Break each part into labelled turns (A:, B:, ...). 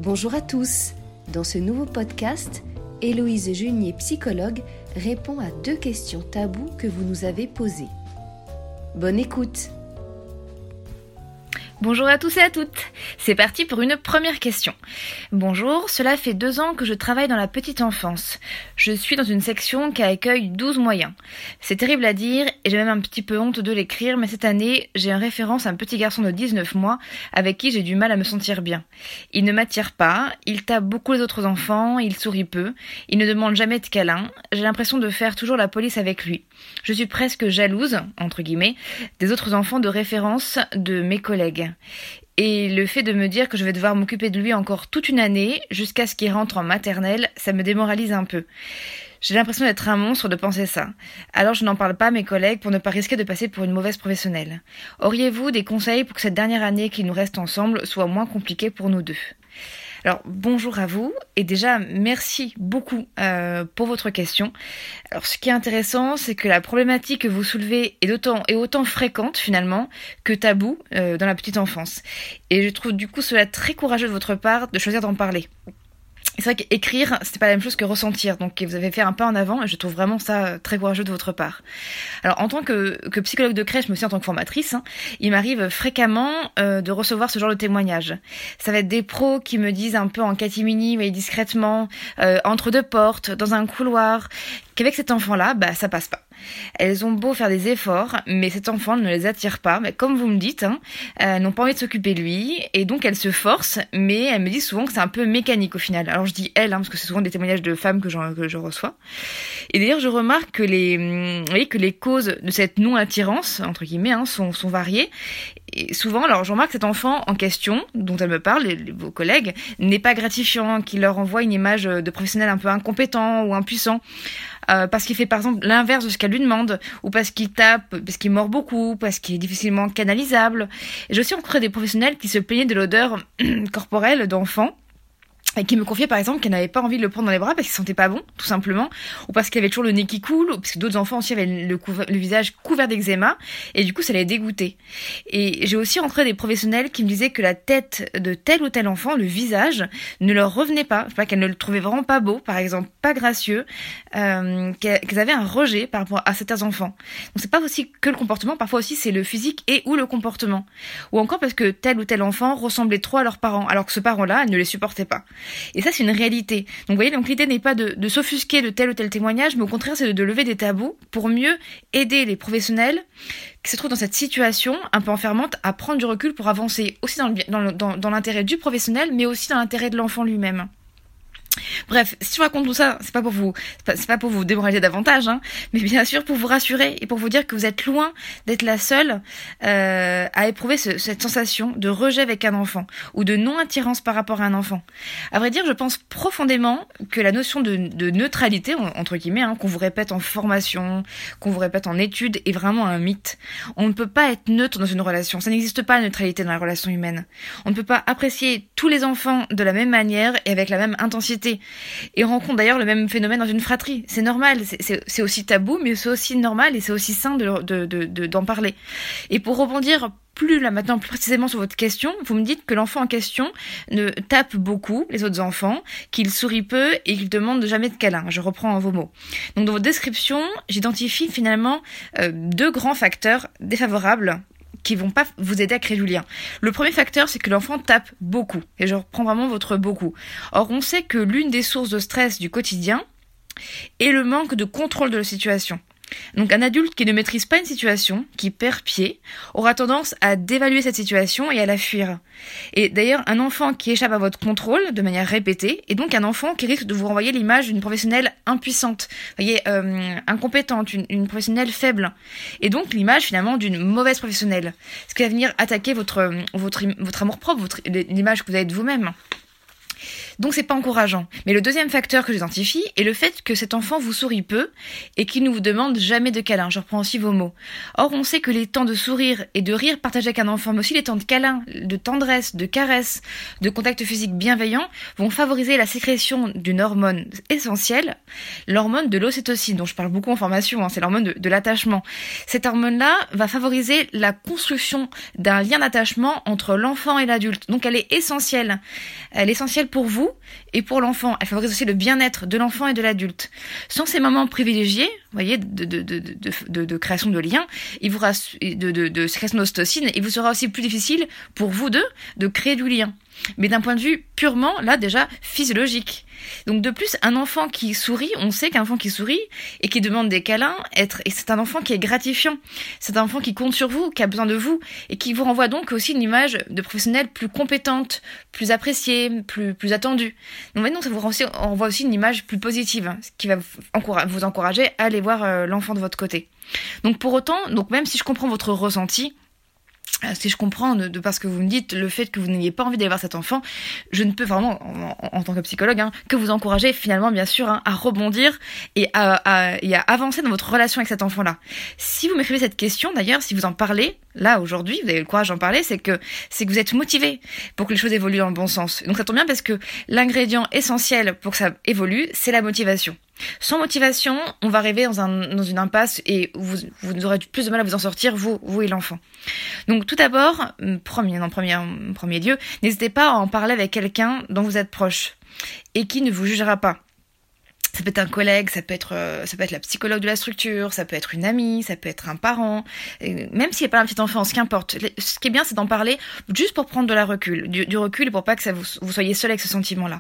A: Bonjour à tous. Dans ce nouveau podcast, Héloïse Junier, psychologue, répond à 2 questions tabous que vous nous avez posées. Bonne écoute.
B: Bonjour à tous et à toutes. C'est parti pour une première question. Bonjour, cela fait 2 ans que je travaille dans la petite enfance. Je suis dans une section qui accueille 12 moyens. C'est terrible à dire et j'ai même un petit peu honte de l'écrire, mais cette année, j'ai en référence un petit garçon de 19 mois avec qui j'ai du mal à me sentir bien. Il ne m'attire pas, il tape beaucoup les autres enfants, il sourit peu, il ne demande jamais de câlin, j'ai l'impression de faire toujours la police avec lui. Je suis presque jalouse, entre guillemets, des autres enfants de référence de mes collègues. Et le fait de me dire que je vais devoir m'occuper de lui encore toute une année, jusqu'à ce qu'il rentre en maternelle, ça me démoralise un peu. J'ai l'impression d'être un monstre de penser ça. Alors je n'en parle pas à mes collègues pour ne pas risquer de passer pour une mauvaise professionnelle. Auriez-vous des conseils pour que cette dernière année qui nous reste ensemble soit moins compliquée pour nous deux ? Alors, bonjour à vous, et déjà, merci beaucoup pour votre question. Alors, ce qui est intéressant, c'est que la problématique que vous soulevez est autant fréquente, finalement, que taboue dans la petite enfance. Et je trouve du coup cela très courageux de votre part de choisir d'en parler. C'est vrai qu'écrire, c'est pas la même chose que ressentir, donc vous avez fait un pas en avant et je trouve vraiment ça très courageux de votre part. Alors en tant que psychologue de crèche, mais aussi en tant que formatrice, il m'arrive fréquemment de recevoir ce genre de témoignages. Ça va être des pros qui me disent un peu en catimini, mais discrètement, entre 2 portes, dans un couloir, qu'avec cet enfant-là, ça passe pas. Elles ont beau faire des efforts, mais cet enfant ne les attire pas. Mais comme vous me dites, elles n'ont pas envie de s'occuper de lui, et donc elles se forcent, mais elles me disent souvent que c'est un peu mécanique au final. Alors je dis elles, parce que c'est souvent des témoignages de femmes que je reçois. Et d'ailleurs, je remarque que les causes de cette non-attirance, entre guillemets, sont variées. Et souvent, alors je remarque que cet enfant en question, dont elle me parle, vos collègues, n'est pas gratifiant, qu'il leur envoie une image de professionnel un peu incompétent ou impuissant. Parce qu'il fait par exemple l'inverse de ce qu'elle lui demande, ou parce qu'il tape, parce qu'il mord beaucoup, parce qu'il est difficilement canalisable. Et j'ai aussi rencontré des professionnels qui se plaignaient de l'odeur corporelle d'enfants, et qui me confiait par exemple qu'elle n'avait pas envie de le prendre dans les bras parce qu'il sentait pas bon, tout simplement, ou parce qu'il avait toujours le nez qui coule, ou parce que d'autres enfants aussi avaient le visage couvert d'eczéma, et du coup ça les dégoûtait. Et j'ai aussi rencontré des professionnels qui me disaient que la tête de tel ou tel enfant, le visage, ne leur revenait pas, je sais pas, qu'elles ne le trouvaient vraiment pas beau, par exemple, pas gracieux, qu'elles avaient un rejet par rapport à certains enfants. Donc c'est pas aussi que le comportement, parfois aussi c'est le physique et ou le comportement. Ou encore parce que tel ou tel enfant ressemblait trop à leurs parents, alors que ce parent-là, elle ne les supportait pas. Et ça, c'est une réalité. Donc, vous voyez, donc l'idée n'est pas de s'offusquer de tel ou tel témoignage, mais au contraire, c'est de lever des tabous pour mieux aider les professionnels qui se trouvent dans cette situation un peu enfermante à prendre du recul pour avancer aussi dans l'intérêt du professionnel, mais aussi dans l'intérêt de l'enfant lui-même. Bref, si je raconte tout ça, c'est pas pour vous démoraliser davantage, mais bien sûr pour vous rassurer et pour vous dire que vous êtes loin d'être la seule à éprouver cette sensation de rejet avec un enfant ou de non-attirance par rapport à un enfant. À vrai dire, je pense profondément que la notion de neutralité, entre guillemets, qu'on vous répète en formation, qu'on vous répète en études, est vraiment un mythe. On ne peut pas être neutre dans une relation. Ça n'existe pas, la neutralité dans la relation humaine. On ne peut pas apprécier tous les enfants de la même manière et avec la même intensité. Et on rencontre d'ailleurs le même phénomène dans une fratrie. C'est normal, c'est aussi tabou, mais c'est aussi normal et c'est aussi sain d'en parler. Et pour rebondir plus précisément sur votre question, vous me dites que l'enfant en question ne tape beaucoup les autres enfants, qu'il sourit peu et qu'il demande jamais de câlin. Je reprends vos mots. Donc dans votre description, j'identifie finalement 2 grands facteurs défavorables qui vont pas vous aider à créer du lien. Le premier facteur, c'est que l'enfant tape beaucoup. Et je reprends vraiment votre beaucoup. Or, on sait que l'une des sources de stress du quotidien est le manque de contrôle de la situation. Donc un adulte qui ne maîtrise pas une situation, qui perd pied, aura tendance à dévaluer cette situation et à la fuir. Et d'ailleurs, un enfant qui échappe à votre contrôle de manière répétée est donc un enfant qui risque de vous renvoyer l'image d'une professionnelle impuissante, incompétente, une professionnelle faible. Et donc l'image finalement d'une mauvaise professionnelle. Ce qui va venir attaquer votre amour-propre, l'image que vous avez de vous-même. Donc c'est pas encourageant. Mais le deuxième facteur que j'identifie est le fait que cet enfant vous sourit peu et qu'il ne vous demande jamais de câlin. Je reprends aussi vos mots. Or, on sait que les temps de sourire et de rire partagés avec un enfant, mais aussi les temps de câlin, de tendresse, de caresse, de contact physique bienveillant, vont favoriser la sécrétion d'une hormone essentielle, l'hormone de l'ocytocine, dont je parle beaucoup en formation, c'est l'hormone de l'attachement. Cette hormone-là va favoriser la construction d'un lien d'attachement entre l'enfant et l'adulte. Donc elle est essentielle. Elle est essentielle pour vous et pour l'enfant. Elle favorise aussi le bien-être de l'enfant et de l'adulte. Sans ces moments privilégiés, vous voyez, de création de liens, de sécrétion d'ocytocine, il vous sera aussi plus difficile pour vous deux de créer du lien. Mais d'un point de vue purement, là, déjà, physiologique. Donc, de plus, un enfant qui sourit, on sait qu'un enfant qui sourit et qui demande des câlins, et c'est un enfant qui est gratifiant. C'est un enfant qui compte sur vous, qui a besoin de vous, et qui vous renvoie donc aussi une image de professionnelle plus compétente, plus appréciée, plus attendue. Donc, maintenant, ça vous renvoie aussi une image plus positive, ce qui va vous encourager à aller voir l'enfant de votre côté. Donc, pour autant, même si je comprends votre ressenti, si je comprends de parce que vous me dites le fait que vous n'ayez pas envie d'aller voir cet enfant, je ne peux vraiment, en tant que psychologue, que vous encourager finalement, bien sûr, à rebondir et à avancer dans votre relation avec cet enfant-là. Si vous m'écrivez cette question, d'ailleurs, si vous en parlez, là, aujourd'hui, vous avez le courage d'en parler, c'est que vous êtes motivé pour que les choses évoluent dans le bon sens. Donc ça tombe bien parce que l'ingrédient essentiel pour que ça évolue, c'est la motivation. Sans motivation, on va arriver dans une impasse et vous aurez plus de mal à vous en sortir, vous et l'enfant. Donc tout d'abord, premier lieu, n'hésitez pas à en parler avec quelqu'un dont vous êtes proche et qui ne vous jugera pas. Ça peut être un collègue, ça peut être la psychologue de la structure, ça peut être une amie, ça peut être un parent, même s'il n'y a pas un petit enfant, qu'importe. Ce qui est bien, c'est d'en parler juste pour prendre du recul et pour pas que vous soyez seul avec ce sentiment-là.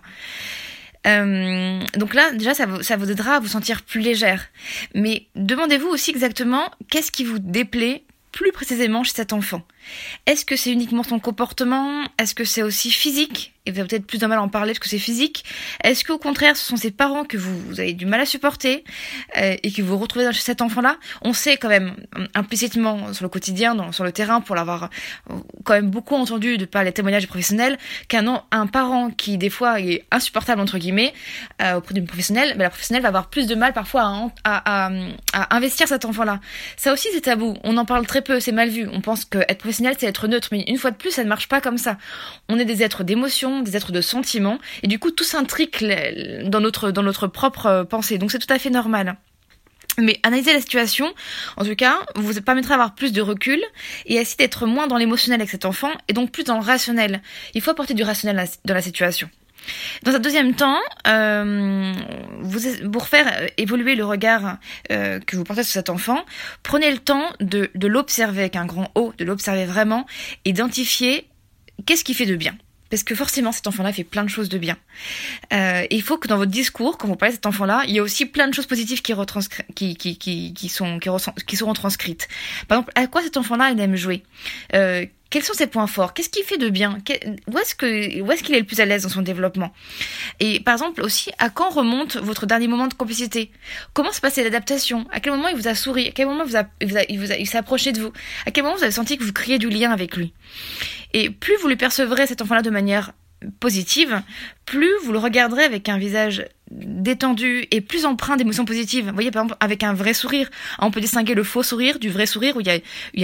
B: Donc là, déjà, ça vous aidera à vous sentir plus légère. Mais demandez-vous aussi exactement qu'est-ce qui vous déplaît plus précisément chez cet enfant. Est-ce que c'est uniquement son comportement ? Est-ce que c'est aussi physique ? Et vous avez peut-être plus de mal à en parler parce que c'est physique. Est-ce qu'au contraire, ce sont ses parents que vous avez du mal à supporter et que vous retrouvez chez cet enfant-là ? On sait quand même implicitement sur le quotidien, sur le terrain, pour l'avoir quand même beaucoup entendu de par les témoignages des professionnels, qu'un parent qui des fois est insupportable entre guillemets auprès d'une professionnelle, la professionnelle va avoir plus de mal parfois à investir cet enfant-là. Ça aussi c'est tabou. On en parle très peu, c'est mal vu. On pense que être professionnel c'est être neutre, mais une fois de plus ça ne marche pas comme ça. On est des êtres d'émotion, des êtres de sentiments, et du coup tout s'intrique dans notre propre pensée, donc c'est tout à fait normal. Mais analyser la situation, en tout cas, vous permettra d'avoir plus de recul et ainsi d'être moins dans l'émotionnel avec cet enfant et donc plus dans le rationnel. Il faut apporter du rationnel dans la situation. Dans un deuxième temps, pour faire évoluer le regard que vous portez sur cet enfant, prenez le temps de l'observer avec un grand O, de l'observer vraiment, et d'identifier qu'est-ce qui fait de bien. Parce que forcément, cet enfant-là fait plein de choses de bien. Et il faut que dans votre discours, quand vous parlez de cet enfant-là, il y a aussi plein de choses positives qui sont retranscrites. Par exemple, à quoi cet enfant-là il aime jouer ? Quels sont ses points forts ? Qu'est-ce qu'il fait de bien ? Où est-ce qu'il est le plus à l'aise dans son développement ? Et par exemple aussi, à quand remonte votre dernier moment de complicité ? Comment se passait l'adaptation ? À quel moment il vous a souri ? À quel moment il s'est approché de vous ? À quel moment vous avez senti que vous créiez du lien avec lui ? Et plus vous lui percevrez cet enfant-là de manière positive, plus vous le regarderez avec un visage détendu et plus empreint d'émotions positives. Vous voyez, par exemple, avec un vrai sourire. On peut distinguer le faux sourire du vrai sourire où il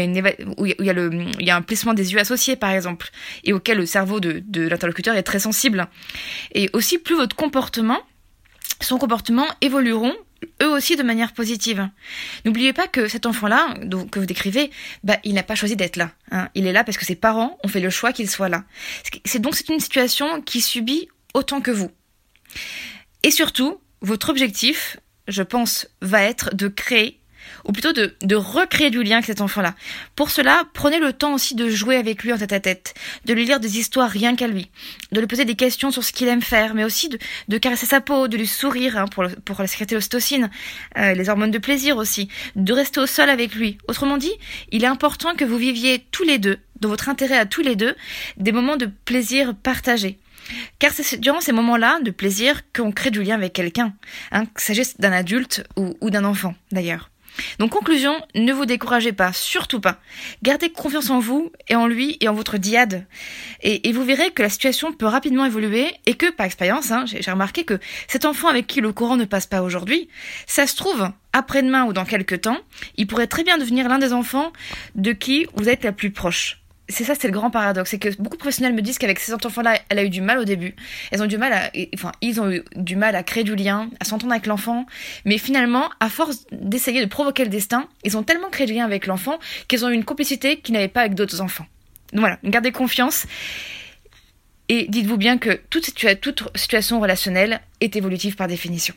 B: y a un plissement des yeux associé, par exemple, et auquel le cerveau de l'interlocuteur est très sensible. Et aussi, plus son comportement évolueront eux aussi de manière positive. N'oubliez pas que cet enfant-là, que vous décrivez, il n'a pas choisi d'être là. Il est là parce que ses parents ont fait le choix qu'il soit là. C'est une situation qui subit autant que vous. Et surtout, votre objectif, je pense, va être de créer, ou plutôt de recréer du lien avec cet enfant-là. Pour cela, prenez le temps aussi de jouer avec lui en tête-à-tête, de lui lire des histoires rien qu'à lui, de lui poser des questions sur ce qu'il aime faire, mais aussi de caresser sa peau, de lui sourire pour la sécréter l'ocytocine, les hormones de plaisir aussi, de rester au sol avec lui. Autrement dit, il est important que vous viviez tous les deux, dans votre intérêt à tous les deux, des moments de plaisir partagés. Car c'est durant ces moments-là de plaisir qu'on crée du lien avec quelqu'un, qu'il s'agisse d'un adulte ou d'un enfant d'ailleurs. Donc conclusion, ne vous découragez pas, surtout pas. Gardez confiance en vous et en lui et en votre dyade. Et vous verrez que la situation peut rapidement évoluer et que, par expérience, j'ai remarqué que cet enfant avec qui le courant ne passe pas aujourd'hui, ça se trouve, après-demain ou dans quelques temps, il pourrait très bien devenir l'un des enfants de qui vous êtes la plus proche. C'est le grand paradoxe, c'est que beaucoup de professionnels me disent qu'avec ces enfants-là, elle a eu du mal au début. Ils ont eu du mal à créer du lien, à s'entendre avec l'enfant. Mais finalement, à force d'essayer de provoquer le destin, ils ont tellement créé du lien avec l'enfant qu'ils ont eu une complicité qu'ils n'avaient pas avec d'autres enfants. Donc voilà, gardez confiance. Et dites-vous bien que toute situation relationnelle est évolutive par définition.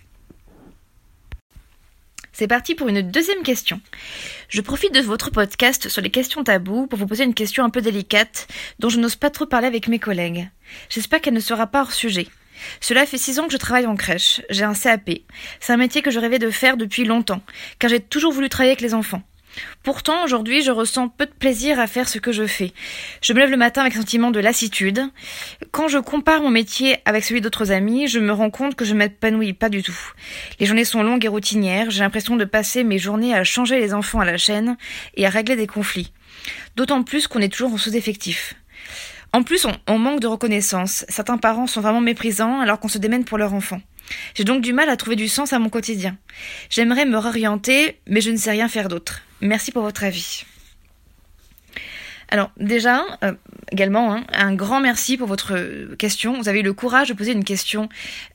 B: C'est parti pour une deuxième question. Je profite de votre podcast sur les questions tabous pour vous poser une question un peu délicate dont je n'ose pas trop parler avec mes collègues. J'espère qu'elle ne sera pas hors sujet. Cela fait 6 ans que je travaille en crèche. J'ai un CAP. C'est un métier que je rêvais de faire depuis longtemps, car j'ai toujours voulu travailler avec les enfants. Pourtant, aujourd'hui, je ressens peu de plaisir à faire ce que je fais. Je me lève le matin avec un sentiment de lassitude. Quand je compare mon métier avec celui d'autres amis, je me rends compte que je m'épanouis pas du tout. Les journées sont longues et routinières. J'ai l'impression de passer mes journées à changer les enfants à la chaîne et à régler des conflits. D'autant plus qu'on est toujours en sous-effectif. En plus, on manque de reconnaissance. Certains parents sont vraiment méprisants alors qu'on se démène pour leur enfant. J'ai donc du mal à trouver du sens à mon quotidien. J'aimerais me réorienter, mais je ne sais rien faire d'autre. Merci pour votre avis. Alors déjà, également, un grand merci pour votre question. Vous avez eu le courage de poser une question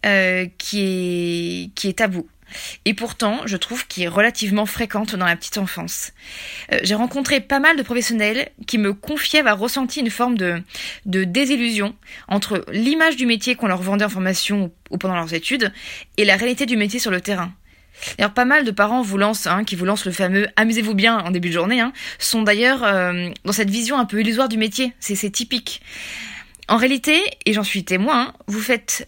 B: qui est taboue. Et pourtant, je trouve qu'il est relativement fréquente dans la petite enfance. J'ai rencontré pas mal de professionnels qui me confiaient avoir ressenti une forme de désillusion entre l'image du métier qu'on leur vendait en formation ou pendant leurs études et la réalité du métier sur le terrain. D'ailleurs, pas mal de parents qui vous lancent le fameux « amusez-vous bien » en début de journée, sont d'ailleurs dans cette vision un peu illusoire du métier. C'est typique. En réalité, et j'en suis témoin, vous faites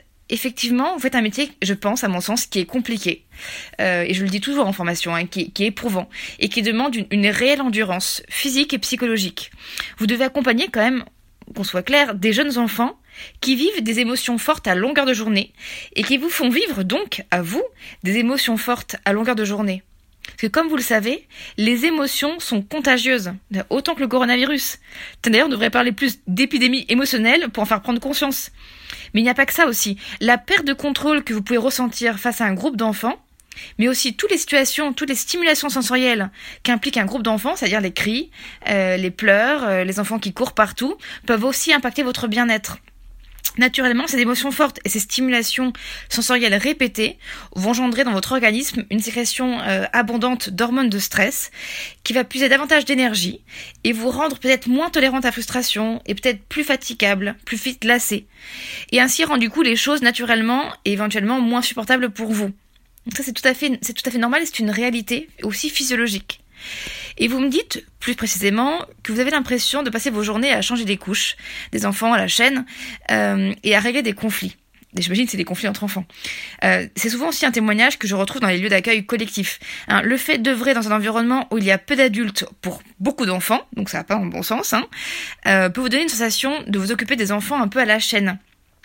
B: un métier, je pense, à mon sens, qui est compliqué. Et je le dis toujours en formation, qui est éprouvant et qui demande une réelle endurance physique et psychologique. Vous devez accompagner quand même, qu'on soit clair, des jeunes enfants qui vivent des émotions fortes à longueur de journée et qui vous font vivre donc, à vous, des émotions fortes à longueur de journée. Parce que comme vous le savez, les émotions sont contagieuses, autant que le coronavirus. D'ailleurs, on devrait parler plus d'épidémie émotionnelle pour en faire prendre conscience. Mais il n'y a pas que ça aussi. La perte de contrôle que vous pouvez ressentir face à un groupe d'enfants, mais aussi toutes les situations, toutes les stimulations sensorielles qu'implique un groupe d'enfants, c'est-à-dire les cris, les pleurs, les enfants qui courent partout, peuvent aussi impacter votre bien-être. Naturellement, ces émotions fortes et ces stimulations sensorielles répétées vont engendrer dans votre organisme une sécrétion abondante d'hormones de stress qui va puiser davantage d'énergie et vous rendre peut-être moins tolérante à la frustration et peut-être plus fatigable, plus vite lassé. Et ainsi rendre du coup les choses naturellement et éventuellement moins supportables pour vous. Donc ça c'est tout à fait normal et c'est une réalité aussi physiologique. Et vous me dites, plus précisément, que vous avez l'impression de passer vos journées à changer des couches des enfants à la chaîne et à régler des conflits. Et j'imagine que c'est des conflits entre enfants. C'est souvent aussi un témoignage que je retrouve dans les lieux d'accueil collectifs. Le fait d'œuvrer dans un environnement où il y a peu d'adultes pour beaucoup d'enfants, donc ça va pas dans le bon sens, peut vous donner une sensation de vous occuper des enfants un peu à la chaîne.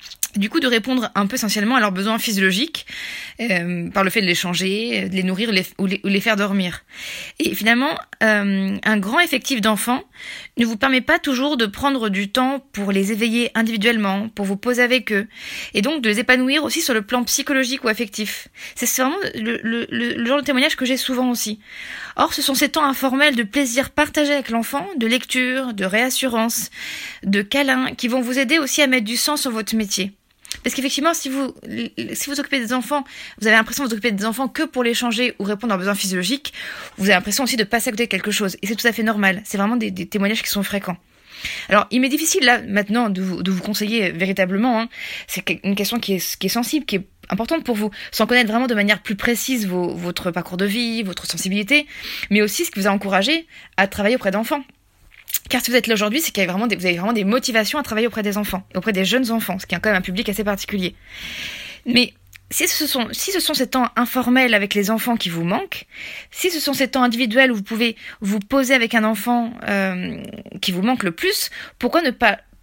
B: Du coup, de répondre un peu essentiellement à leurs besoins physiologiques par le fait de les changer, de les nourrir ou les faire dormir. Et finalement, un grand effectif d'enfants ne vous permet pas toujours de prendre du temps pour les éveiller individuellement, pour vous poser avec eux, et donc de les épanouir aussi sur le plan psychologique ou affectif. C'est vraiment le genre de témoignage que j'ai souvent aussi. Or, ce sont ces temps informels de plaisir partagé avec l'enfant, de lecture, de réassurance, de câlin, qui vont vous aider aussi à mettre du sens sur votre métier. Parce qu'effectivement, si vous occupez des enfants, vous avez l'impression de vous occuper des enfants que pour les changer ou répondre à leurs besoins physiologiques, vous avez l'impression aussi de passer à côté de quelque chose. Et c'est tout à fait normal. C'est vraiment des témoignages qui sont fréquents. Alors, il m'est difficile là, maintenant, de vous conseiller véritablement. C'est une question qui est sensible, qui est importante pour vous, sans connaître vraiment de manière plus précise votre parcours de vie, votre sensibilité, mais aussi ce qui vous a encouragé à travailler auprès d'enfants. Car si vous êtes là aujourd'hui, c'est qu'il y a vous avez vraiment des motivations à travailler auprès des enfants, et auprès des jeunes enfants, ce qui est quand même un public assez particulier. Mais si ce sont ces temps informels avec les enfants qui vous manquent, si ce sont ces temps individuels où vous pouvez vous poser avec un enfant qui vous manque le plus, pourquoi ne pas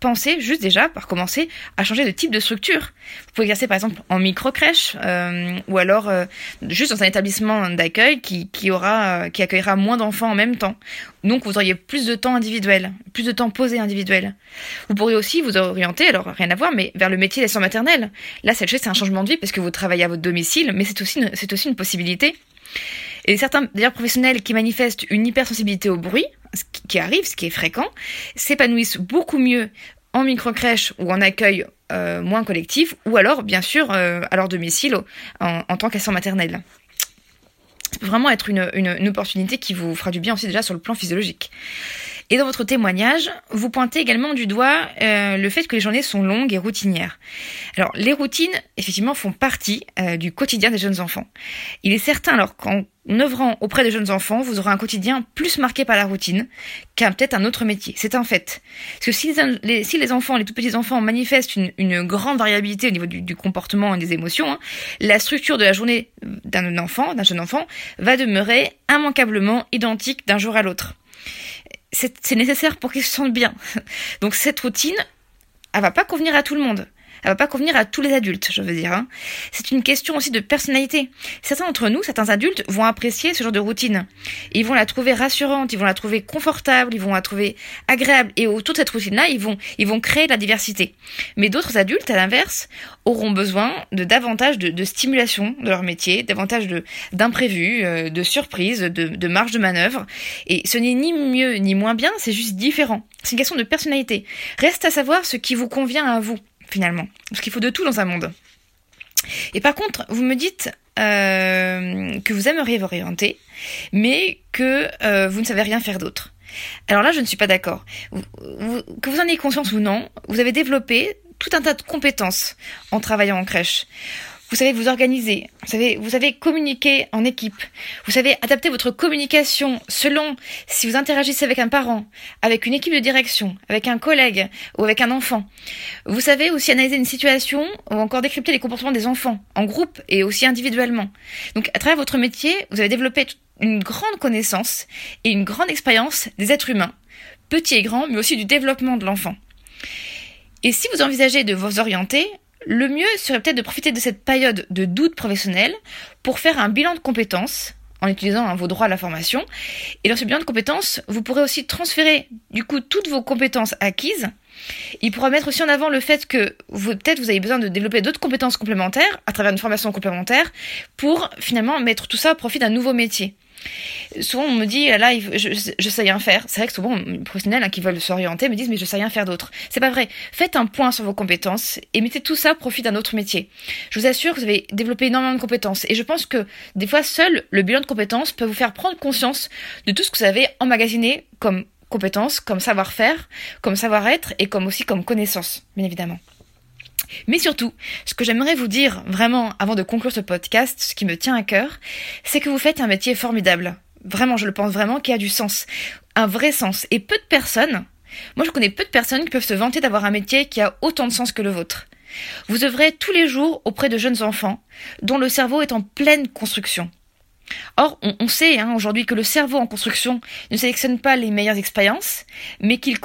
B: pensez juste déjà, par commencer, à changer de type de structure. Vous pouvez exercer par exemple en micro-crèche, ou alors juste dans un établissement d'accueil qui accueillera moins d'enfants en même temps. Donc vous auriez plus de temps individuel, plus de temps posé individuel. Vous pourriez aussi vous orienter, alors rien à voir, mais vers le métier d'assistant maternelle. Là, c'est un changement de vie parce que vous travaillez à votre domicile, mais c'est aussi une possibilité. Et certains d'ailleurs professionnels qui manifestent une hypersensibilité au bruit, ce qui arrive, ce qui est fréquent, s'épanouissent beaucoup mieux en microcrèche ou en accueil moins collectif, ou alors bien sûr à leur domicile en tant qu'assistant maternelle. Ça peut vraiment être une opportunité qui vous fera du bien aussi déjà sur le plan physiologique. Et dans votre témoignage, vous pointez également du doigt le fait que les journées sont longues et routinières. Alors, les routines, effectivement, font partie du quotidien des jeunes enfants. Il est certain, alors, qu'en œuvrant auprès des jeunes enfants, vous aurez un quotidien plus marqué par la routine qu'un peut-être un autre métier. C'est un fait. Parce que si les enfants, les tout petits enfants manifestent une grande variabilité au niveau du comportement et des émotions, la structure de la journée d'un jeune enfant, va demeurer immanquablement identique d'un jour à l'autre. C'est nécessaire pour qu'ils se sentent bien. Donc cette routine, elle va pas convenir à tout le monde. Elle va pas convenir à tous les adultes, je veux dire. C'est une question aussi de personnalité. Certains d'entre nous, certains adultes, vont apprécier ce genre de routine. Ils vont la trouver rassurante, ils vont la trouver confortable, ils vont la trouver agréable. Et autour de cette routine-là, ils vont créer de la diversité. Mais d'autres adultes, à l'inverse, auront besoin de davantage de stimulation de leur métier, davantage d'imprévus, de surprises, de marge de manœuvre. Et ce n'est ni mieux ni moins bien, c'est juste différent. C'est une question de personnalité. Reste à savoir ce qui vous convient à vous, finalement. Parce qu'il faut de tout dans un monde. Et par contre, vous me dites que vous aimeriez vous orienter, mais que vous ne savez rien faire d'autre. Alors là, je ne suis pas d'accord. Que vous en ayez conscience ou non, vous avez développé tout un tas de compétences en travaillant en crèche. Vous savez vous organiser, vous savez communiquer en équipe, vous savez adapter votre communication selon si vous interagissez avec un parent, avec une équipe de direction, avec un collègue ou avec un enfant. Vous savez aussi analyser une situation ou encore décrypter les comportements des enfants, en groupe et aussi individuellement. Donc à travers votre métier, vous avez développé une grande connaissance et une grande expérience des êtres humains, petits et grands, mais aussi du développement de l'enfant. Et si vous envisagez de vous orienter, le mieux serait peut-être de profiter de cette période de doute professionnel pour faire un bilan de compétences en utilisant vos droits à la formation. Et dans ce bilan de compétences, vous pourrez aussi transférer du coup toutes vos compétences acquises. Il pourra mettre aussi en avant le fait que vous avez besoin de développer d'autres compétences complémentaires à travers une formation complémentaire pour finalement mettre tout ça au profit d'un nouveau métier. Souvent on me dit là je sais rien faire. C'est vrai que souvent les professionnels qui veulent s'orienter me disent mais je sais rien faire d'autre. C'est pas vrai. Faites un point sur vos compétences et mettez tout ça au profit d'un autre métier. Je vous assure que vous avez développé énormément de compétences et je pense que des fois seul le bilan de compétences peut vous faire prendre conscience de tout ce que vous avez emmagasiné comme compétences, comme savoir-faire, comme savoir-être et comme connaissances, bien évidemment. Mais surtout, ce que j'aimerais vous dire vraiment avant de conclure ce podcast, ce qui me tient à cœur, c'est que vous faites un métier formidable. Vraiment, je le pense vraiment, qui a du sens. Un vrai sens. Et moi je connais peu de personnes qui peuvent se vanter d'avoir un métier qui a autant de sens que le vôtre. Vous œuvrez tous les jours auprès de jeunes enfants dont le cerveau est en pleine construction. Or, on sait aujourd'hui que le cerveau en construction ne sélectionne pas les meilleures expériences, mais qu'il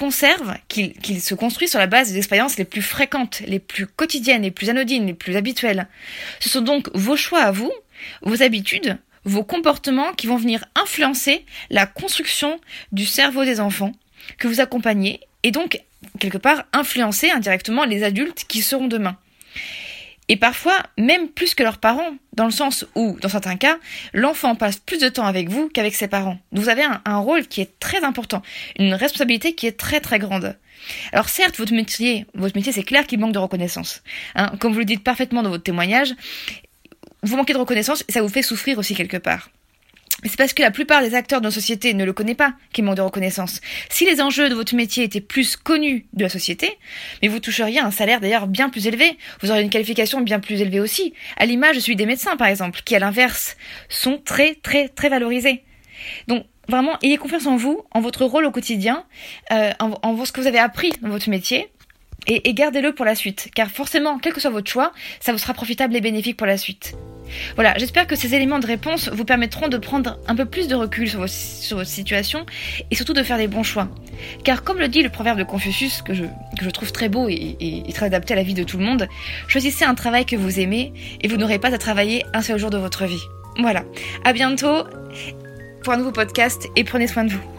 B: se construit sur la base des expériences les plus fréquentes, les plus quotidiennes, les plus anodines, les plus habituelles. Ce sont donc vos choix à vous, vos habitudes, vos comportements qui vont venir influencer la construction du cerveau des enfants que vous accompagnez et donc, quelque part, influencer indirectement les adultes qui seront demain. Et parfois, même plus que leurs parents, dans le sens où, dans certains cas, l'enfant passe plus de temps avec vous qu'avec ses parents. Vous avez un rôle qui est très important, une responsabilité qui est très très grande. Alors certes, votre métier, c'est clair qu'il manque de reconnaissance. Comme vous le dites parfaitement dans votre témoignage, vous manquez de reconnaissance et ça vous fait souffrir aussi quelque part. Mais c'est parce que la plupart des acteurs de nos sociétés ne le connaissent pas qu'il manque de reconnaissance. Si les enjeux de votre métier étaient plus connus de la société, mais vous toucheriez un salaire d'ailleurs bien plus élevé, vous auriez une qualification bien plus élevée aussi, à l'image de celui des médecins par exemple, qui à l'inverse sont très très très valorisés. Donc vraiment, ayez confiance en vous, en votre rôle au quotidien, en ce que vous avez appris dans votre métier, et gardez-le pour la suite, car forcément, quel que soit votre choix, ça vous sera profitable et bénéfique pour la suite. Voilà, j'espère que ces éléments de réponse vous permettront de prendre un peu plus de recul sur votre situation et surtout de faire les bons choix. Car comme le dit le proverbe de Confucius, que je trouve très beau et très adapté à la vie de tout le monde, choisissez un travail que vous aimez et vous n'aurez pas à travailler un seul jour de votre vie. Voilà, à bientôt pour un nouveau podcast et prenez soin de vous.